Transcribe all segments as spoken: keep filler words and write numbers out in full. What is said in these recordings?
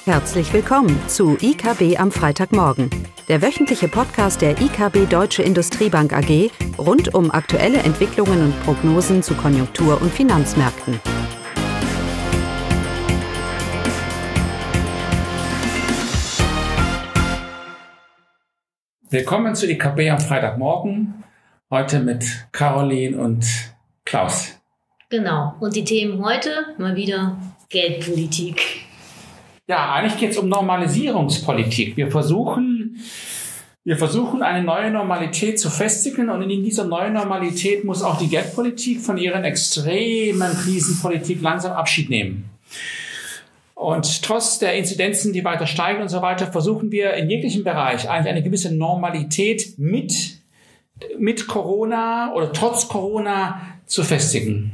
Herzlich willkommen zu I K B am Freitagmorgen, der wöchentliche Podcast der I K B Deutsche Industriebank A G rund um aktuelle Entwicklungen und Prognosen zu Konjunktur- und Finanzmärkten. Willkommen zu I K B am Freitagmorgen, heute mit Caroline und Klaus. Genau, und die Themen heute mal wieder Geldpolitik. Ja, eigentlich geht es um Normalisierungspolitik. Wir versuchen, wir versuchen, eine neue Normalität zu festigen, und in dieser neuen Normalität muss auch die Geldpolitik von ihren extremen Krisenpolitik langsam Abschied nehmen. Und trotz der Inzidenzen, die weiter steigen und so weiter, versuchen wir in jeglichem Bereich eigentlich eine gewisse Normalität mit, mit Corona oder trotz Corona zu festigen.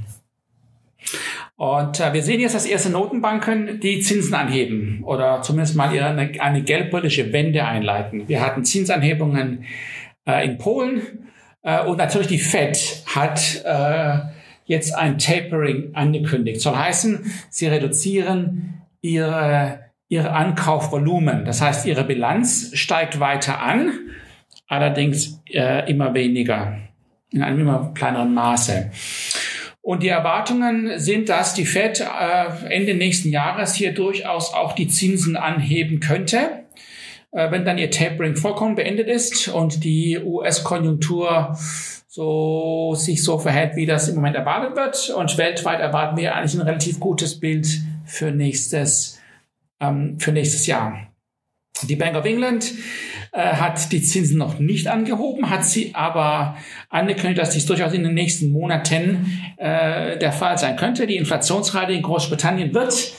Und äh, wir sehen jetzt, dass erste Notenbanken die Zinsen anheben oder zumindest mal ihre, eine, eine geldpolitische Wende einleiten. Wir hatten Zinsanhebungen äh, in Polen äh, und natürlich die Fed hat äh, jetzt ein Tapering angekündigt. Soll heißen, sie reduzieren ihre, ihre Ankaufvolumen. Das heißt, ihre Bilanz steigt weiter an, allerdings äh, immer weniger, in einem immer kleineren Maße. Und die Erwartungen sind, dass die Fed äh, Ende nächsten Jahres hier durchaus auch die Zinsen anheben könnte, äh, wenn dann ihr Tapering vollkommen beendet ist und die U S-Konjunktur so sich so verhält, wie das im Moment erwartet wird. Und weltweit erwarten wir eigentlich ein relativ gutes Bild für nächstes, ähm, für nächstes Jahr. Die Bank of England äh, hat die Zinsen noch nicht angehoben, hat sie aber angekündigt, dass dies durchaus in den nächsten Monaten äh, der Fall sein könnte. Die Inflationsrate in Großbritannien wird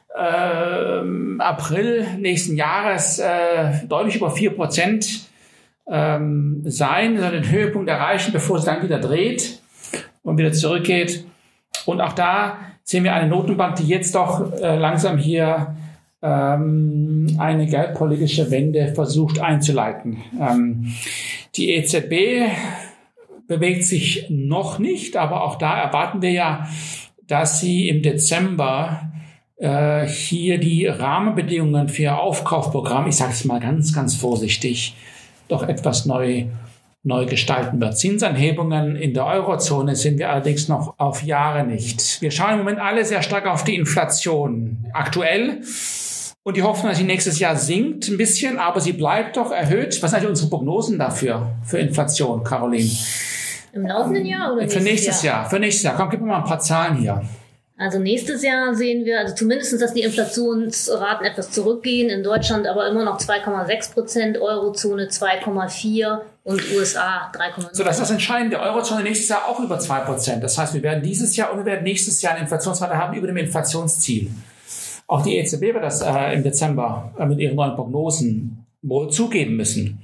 äh, April nächsten Jahres äh, deutlich über vier Prozent ähm, sein, soll den Höhepunkt erreichen, bevor sie dann wieder dreht und wieder zurückgeht. Und auch da sehen wir eine Notenbank, die jetzt doch äh, langsam hier eine geldpolitische Wende versucht einzuleiten. Ähm, die E Z B bewegt sich noch nicht, aber auch da erwarten wir ja, dass sie im Dezember äh, hier die Rahmenbedingungen für ihr Aufkaufprogramm, ich sage es mal ganz, ganz vorsichtig, doch etwas neu, neu gestalten wird. Zinsanhebungen in der Eurozone sind wir allerdings noch auf Jahre nicht. Wir schauen im Moment alle sehr stark auf die Inflation aktuell. Und die Hoffnung, dass sie nächstes Jahr sinkt ein bisschen, aber sie bleibt doch erhöht. Was sind eigentlich unsere Prognosen dafür, für Inflation, Caroline? Im laufenden Jahr oder Für nächstes Jahr? Jahr? Für nächstes Jahr. Komm, gib mir mal ein paar Zahlen hier. Also nächstes Jahr sehen wir, also zumindest, dass die Inflationsraten etwas zurückgehen. In Deutschland aber immer noch zwei Komma sechs Prozent, Eurozone zwei Komma vier und U S A drei Komma null. So, das ist das Entscheidende. Eurozone nächstes Jahr auch über zwei Prozent. Das heißt, wir werden dieses Jahr und wir werden nächstes Jahr eine Inflationsrate haben über dem Inflationsziel. Auch die E Z B wird das äh, im Dezember äh, mit ihren neuen Prognosen wohl zugeben müssen.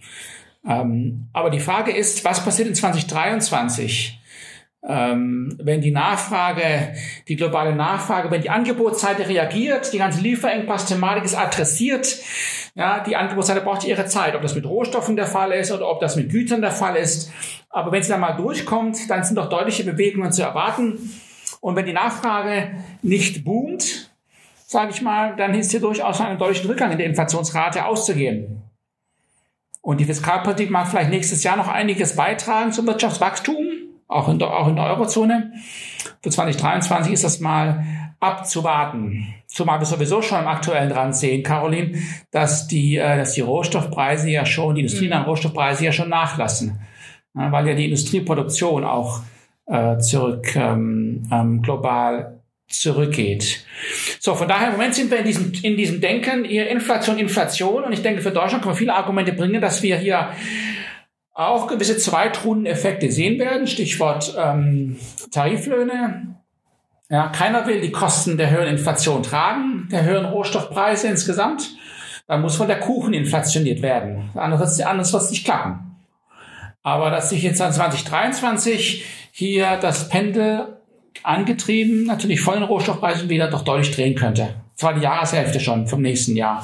Ähm, aber die Frage ist, was passiert in zwanzig dreiundzwanzig, ähm, wenn die Nachfrage, die globale Nachfrage, wenn die Angebotsseite reagiert, die ganze Lieferengpass-Thematik ist adressiert. Ja, die Angebotsseite braucht ihre Zeit, ob das mit Rohstoffen der Fall ist oder ob das mit Gütern der Fall ist. Aber wenn sie dann mal durchkommt, dann sind doch deutliche Bewegungen zu erwarten. Und wenn die Nachfrage nicht boomt, sage ich mal, dann ist hier durchaus einen deutlichen Rückgang in der Inflationsrate auszugehen. Und die Fiskalpolitik mag vielleicht nächstes Jahr noch einiges beitragen zum Wirtschaftswachstum, auch in der, auch in der Eurozone. Für zwanzig dreiundzwanzig ist das mal abzuwarten. Zumal wir sowieso schon am aktuellen Rand sehen, Caroline, dass die, äh, dass die Rohstoffpreise ja schon, die industrienahen Rohstoffpreise ja schon nachlassen. Ja, weil ja die Industrieproduktion auch äh, zurück ähm, ähm, global zurückgeht. So, von daher im Moment sind wir in diesem, in diesem Denken, hier Inflation, Inflation. Und ich denke, für Deutschland können wir viele Argumente bringen, dass wir hier auch gewisse Zweitrundeneffekte sehen werden. Stichwort ähm, Tariflöhne. Ja, keiner will die Kosten der höheren Inflation tragen, der höheren Rohstoffpreise insgesamt. Da muss von der Kuchen inflationiert werden. Anders wird es nicht klappen. Aber dass sich jetzt an zwanzig dreiundzwanzig hier das Pendel angetrieben, natürlich vollen Rohstoffpreisen wieder doch deutlich drehen könnte. Zwar die Jahreshälfte schon vom nächsten Jahr.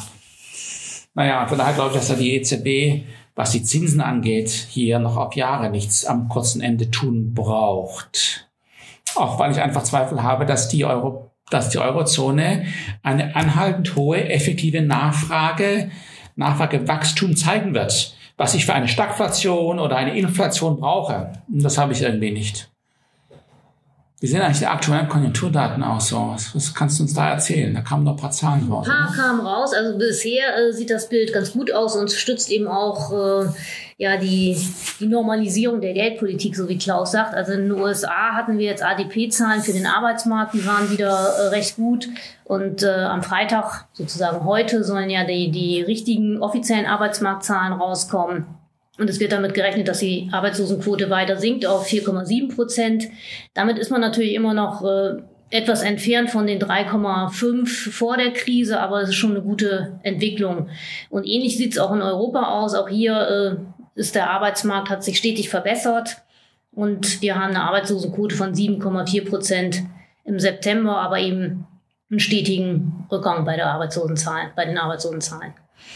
Naja, von daher glaube ich, dass da die E Z B, was die Zinsen angeht, hier noch auf Jahre nichts am kurzen Ende tun braucht. Auch weil ich einfach Zweifel habe, dass die Euro dass die Eurozone eine anhaltend hohe effektive Nachfrage, Nachfragewachstum zeigen wird, was ich für eine Stagflation oder eine Inflation brauche. Und das habe ich irgendwie nicht. Wie sehen eigentlich die aktuellen Konjunkturdaten aus? So? Was, was kannst du uns da erzählen? Da kamen noch ein paar Zahlen raus. Ein paar kamen raus. Also bisher äh, sieht das Bild ganz gut aus und stützt eben auch äh, ja die, die Normalisierung der Geldpolitik, so wie Klaus sagt. Also in den U S A hatten wir jetzt A D P-Zahlen für den Arbeitsmarkt, die waren wieder äh, recht gut. Und äh, am Freitag, sozusagen heute, sollen ja die, die richtigen offiziellen Arbeitsmarktzahlen rauskommen. Und es wird damit gerechnet, dass die Arbeitslosenquote weiter sinkt auf vier Komma sieben Prozent. Damit ist man natürlich immer noch äh, etwas entfernt von den drei Komma fünf vor der Krise, aber es ist schon eine gute Entwicklung. Und ähnlich sieht es auch in Europa aus. Auch hier äh, ist der Arbeitsmarkt, hat sich stetig verbessert. Und wir haben eine Arbeitslosenquote von sieben Komma vier Prozent im September, aber eben einen stetigen Rückgang bei der Arbeitslosenzahlen, bei den Arbeitslosenzahlen.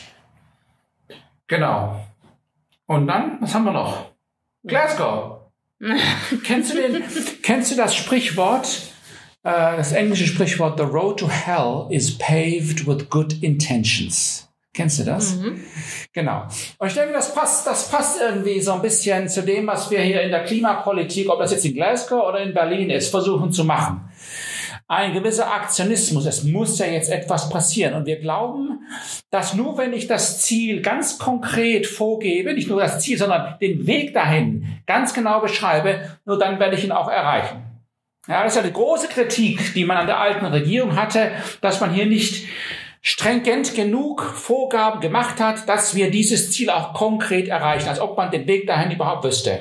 Genau. Und dann, was haben wir noch? Glasgow. kennst, du den, kennst du das Sprichwort, äh, das englische Sprichwort, the road to hell is paved with good intentions? Kennst du das? Mhm. Genau. Und ich denke, das passt, das passt irgendwie so ein bisschen zu dem, was wir hier in der Klimapolitik, ob das jetzt in Glasgow oder in Berlin ist, versuchen zu machen. Ein gewisser Aktionismus, es muss ja jetzt etwas passieren. Und wir glauben, dass nur wenn ich das Ziel ganz konkret vorgebe, nicht nur das Ziel, sondern den Weg dahin ganz genau beschreibe, nur dann werde ich ihn auch erreichen. Ja, das ist ja die große Kritik, die man an der alten Regierung hatte, dass man hier nicht stringent genug Vorgaben gemacht hat, dass wir dieses Ziel auch konkret erreichen, als ob man den Weg dahin überhaupt wüsste.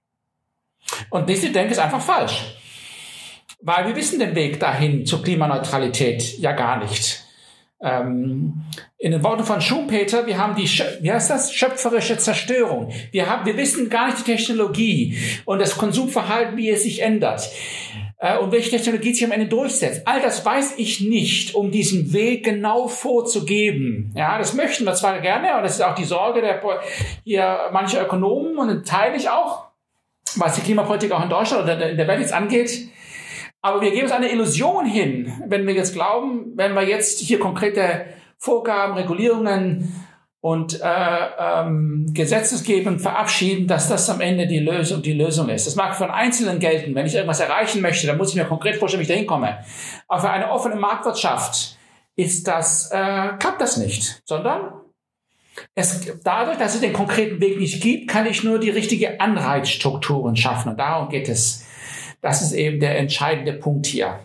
Und diese Denke ist einfach falsch. Weil wir wissen den Weg dahin zur Klimaneutralität ja gar nicht. Ähm, in den Worten von Schumpeter, wir haben die, wie heißt das, schöpferische Zerstörung. Wir haben, wir wissen gar nicht die Technologie und das Konsumverhalten, wie es sich ändert. Äh, und welche Technologie sich am Ende durchsetzt. All das weiß ich nicht, um diesen Weg genau vorzugeben. Ja, das möchten wir zwar gerne, und das ist auch die Sorge der, hier mancher Ökonomen, und das teile ich auch, was die Klimapolitik auch in Deutschland oder in der Welt jetzt angeht. Aber wir geben uns eine Illusion hin, wenn wir jetzt glauben, wenn wir jetzt hier konkrete Vorgaben, Regulierungen und äh, ähm, Gesetzesgebung verabschieden, dass das am Ende die Lösung, die Lösung ist. Das mag für einen Einzelnen gelten. Wenn ich irgendwas erreichen möchte, dann muss ich mir konkret vorstellen, wie ich da hinkomme. Aber für eine offene Marktwirtschaft ist das, äh, klappt das nicht, sondern es, dadurch, dass es den konkreten Weg nicht gibt, kann ich nur die richtige Anreizstrukturen schaffen. Und darum geht es. Das ist eben der entscheidende Punkt hier.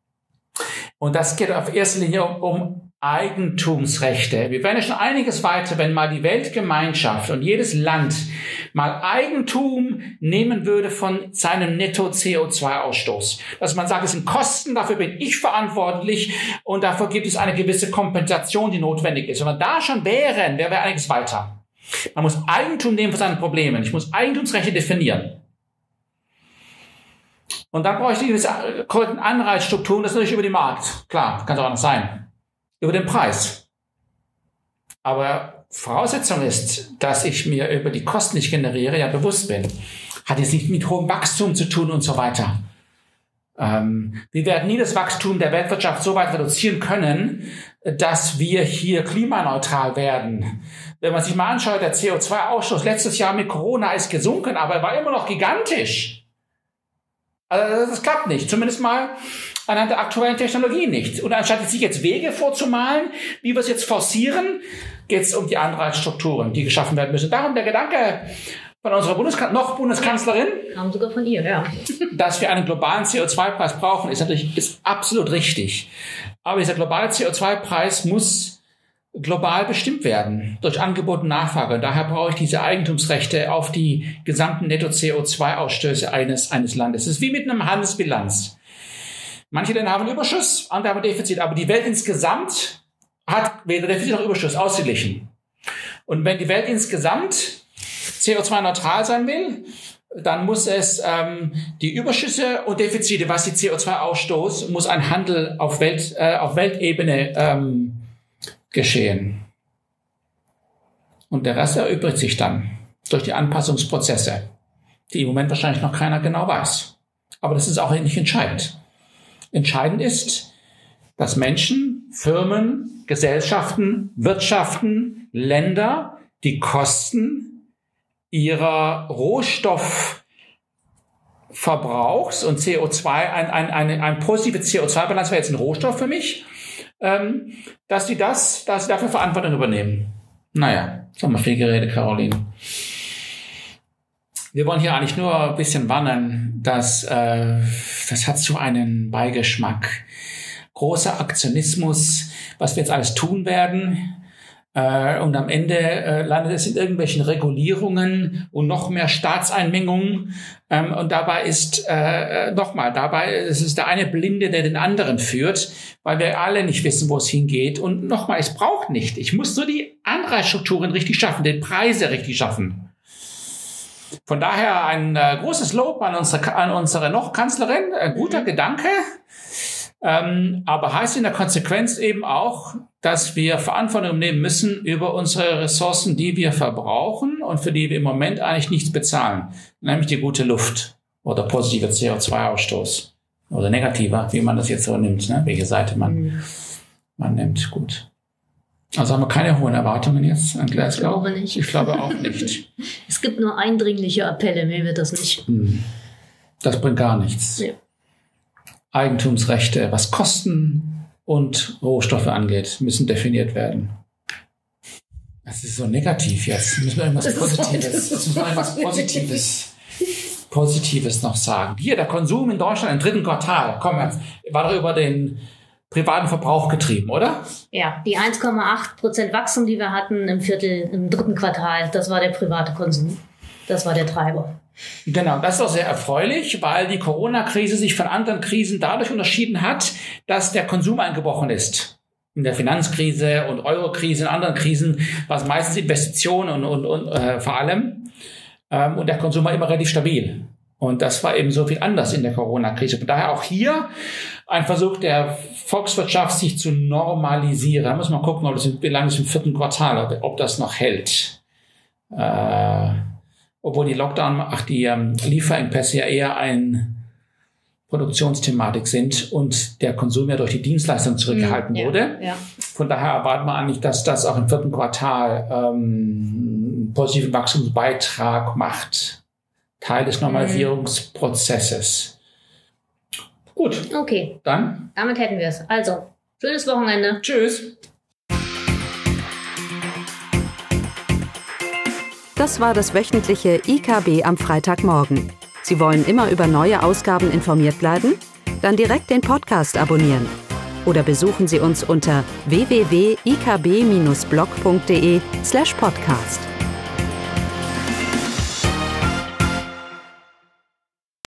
Und das geht auf erster Linie um, um Eigentumsrechte. Wir wären ja schon einiges weiter, wenn mal die Weltgemeinschaft und jedes Land mal Eigentum nehmen würde von seinem Netto-C O zwei Ausstoß. Dass man sagt, es sind Kosten, dafür bin ich verantwortlich und dafür gibt es eine gewisse Kompensation, die notwendig ist. Wenn wir da schon wären, wären wir einiges weiter. Man muss Eigentum nehmen von seinen Problemen. Ich muss Eigentumsrechte definieren. Und dann brauche ich diese korrekten Anreizstrukturen, das ist natürlich über den Markt. Klar, kann es auch anders sein. Über den Preis. Aber Voraussetzung ist, dass ich mir über die Kosten, die ich generiere, ja bewusst bin. Hat jetzt nicht mit hohem Wachstum zu tun und so weiter. Ähm, wir werden nie das Wachstum der Weltwirtschaft so weit reduzieren können, dass wir hier klimaneutral werden. Wenn man sich mal anschaut, der C O zwei Ausstoß letztes Jahr mit Corona ist gesunken, aber er war immer noch gigantisch. Also das klappt nicht, zumindest mal anhand der aktuellen Technologie nicht. Und anstatt sich jetzt Wege vorzumalen, wie wir es jetzt forcieren, geht es um die Anreizstrukturen, die geschaffen werden müssen. Darum der Gedanke von unserer Bundeskan- noch Bundeskanzlerin, haben sogar von ihr, ja, dass wir einen globalen C O zwei Preis brauchen, ist natürlich ist absolut richtig. Aber dieser globale C O zwei Preis muss global bestimmt werden durch Angebot und Nachfrage. Und daher brauche ich diese Eigentumsrechte auf die gesamten Netto-C O zwei Ausstöße eines, eines Landes. Es ist wie mit einem Handelsbilanz. Manche Länder haben einen Überschuss, andere haben ein Defizit, aber die Welt insgesamt hat weder Defizit noch Überschuss ausgeglichen. Und wenn die Welt insgesamt C O zwei neutral sein will, dann muss es ähm, die Überschüsse und Defizite, was die C O zwei Ausstoß, muss ein Handel auf Welt, äh, auf Weltebene ähm, geschehen. Und der Rest erübrigt sich dann durch die Anpassungsprozesse, die im Moment wahrscheinlich noch keiner genau weiß. Aber das ist auch nicht entscheidend. Entscheidend ist, dass Menschen, Firmen, Gesellschaften, Wirtschaften, Länder die Kosten ihrer Rohstoffverbrauchs und C O zwei, ein, ein, ein, ein positive C O zwei Bilanz wäre jetzt ein Rohstoff für mich, ähm, dass sie das, dass sie dafür Verantwortung übernehmen. Naja, jetzt haben wir viel geredet, Caroline. Wir wollen hier eigentlich nur ein bisschen warnen, dass äh, das hat so einen Beigeschmack. Großer Aktionismus, was wir jetzt alles tun werden. Äh, und am Ende äh, landet es in irgendwelchen Regulierungen und noch mehr Staatseinmengungen. Ähm, und dabei ist, äh, nochmal, dabei ist es der eine Blinde, der den anderen führt, weil wir alle nicht wissen, wo es hingeht. Und nochmal, es braucht nicht. Ich muss nur die Anreizstrukturen richtig schaffen, die Preise richtig schaffen. Von daher ein äh, großes Lob an unsere, an unsere noch Kanzlerin. Ein guter mhm. Gedanke. Ähm, aber heißt in der Konsequenz eben auch, dass wir Verantwortung nehmen müssen über unsere Ressourcen, die wir verbrauchen und für die wir im Moment eigentlich nichts bezahlen. Nämlich die gute Luft oder positive C O zwei Ausstoß oder negativer, wie man das jetzt so nimmt, ne? Welche Seite man, mhm. man nimmt. Gut. Also haben wir keine hohen Erwartungen jetzt an Glasgow? Ich glaube nicht. Ich glaube auch nicht. Es gibt nur eindringliche Appelle, mehr wird das nicht. Das bringt gar nichts. Ja. Eigentumsrechte, was Kosten und Rohstoffe angeht, müssen definiert werden. Das ist so negativ jetzt. Müssen wir irgendwas Positives, müssen wir irgendwas Positives, Positives noch sagen. Hier, der Konsum in Deutschland im dritten Quartal, komm, war doch über den privaten Verbrauch getrieben, oder? Ja, die eins Komma acht Prozent Wachstum, die wir hatten im Viertel, im dritten Quartal, das war der private Konsum. Das war der Treiber. Genau, das ist auch sehr erfreulich, weil die Corona-Krise sich von anderen Krisen dadurch unterschieden hat, dass der Konsum eingebrochen ist. In der Finanzkrise und Euro-Krise, in anderen Krisen war es meistens Investitionen und, und, und äh, vor allem. Ähm, und der Konsum war immer relativ stabil. Und das war eben so viel anders in der Corona-Krise. Von daher auch hier ein Versuch der Volkswirtschaft, sich zu normalisieren. Da muss man gucken, ob das in, wie lange es im vierten Quartal, ob das noch hält. Äh, obwohl die Lockdown, ach, die ähm, Lieferengpässe ja eher ein Produktionsthematik sind und der Konsum ja durch die Dienstleistung zurückgehalten ja, wurde. Ja. Von daher erwarten wir eigentlich, dass das auch im vierten Quartal ähm, positiven Wachstumsbeitrag macht. Teil des Normalisierungsprozesses. Gut. Okay. Dann? Damit hätten wir es. Also, schönes Wochenende. Tschüss. Das war das wöchentliche I K B am Freitagmorgen. Sie wollen immer über neue Ausgaben informiert bleiben? Dann direkt den Podcast abonnieren. Oder besuchen Sie uns unter w w w punkt i k b bindestrich blog punkt d e slash podcast.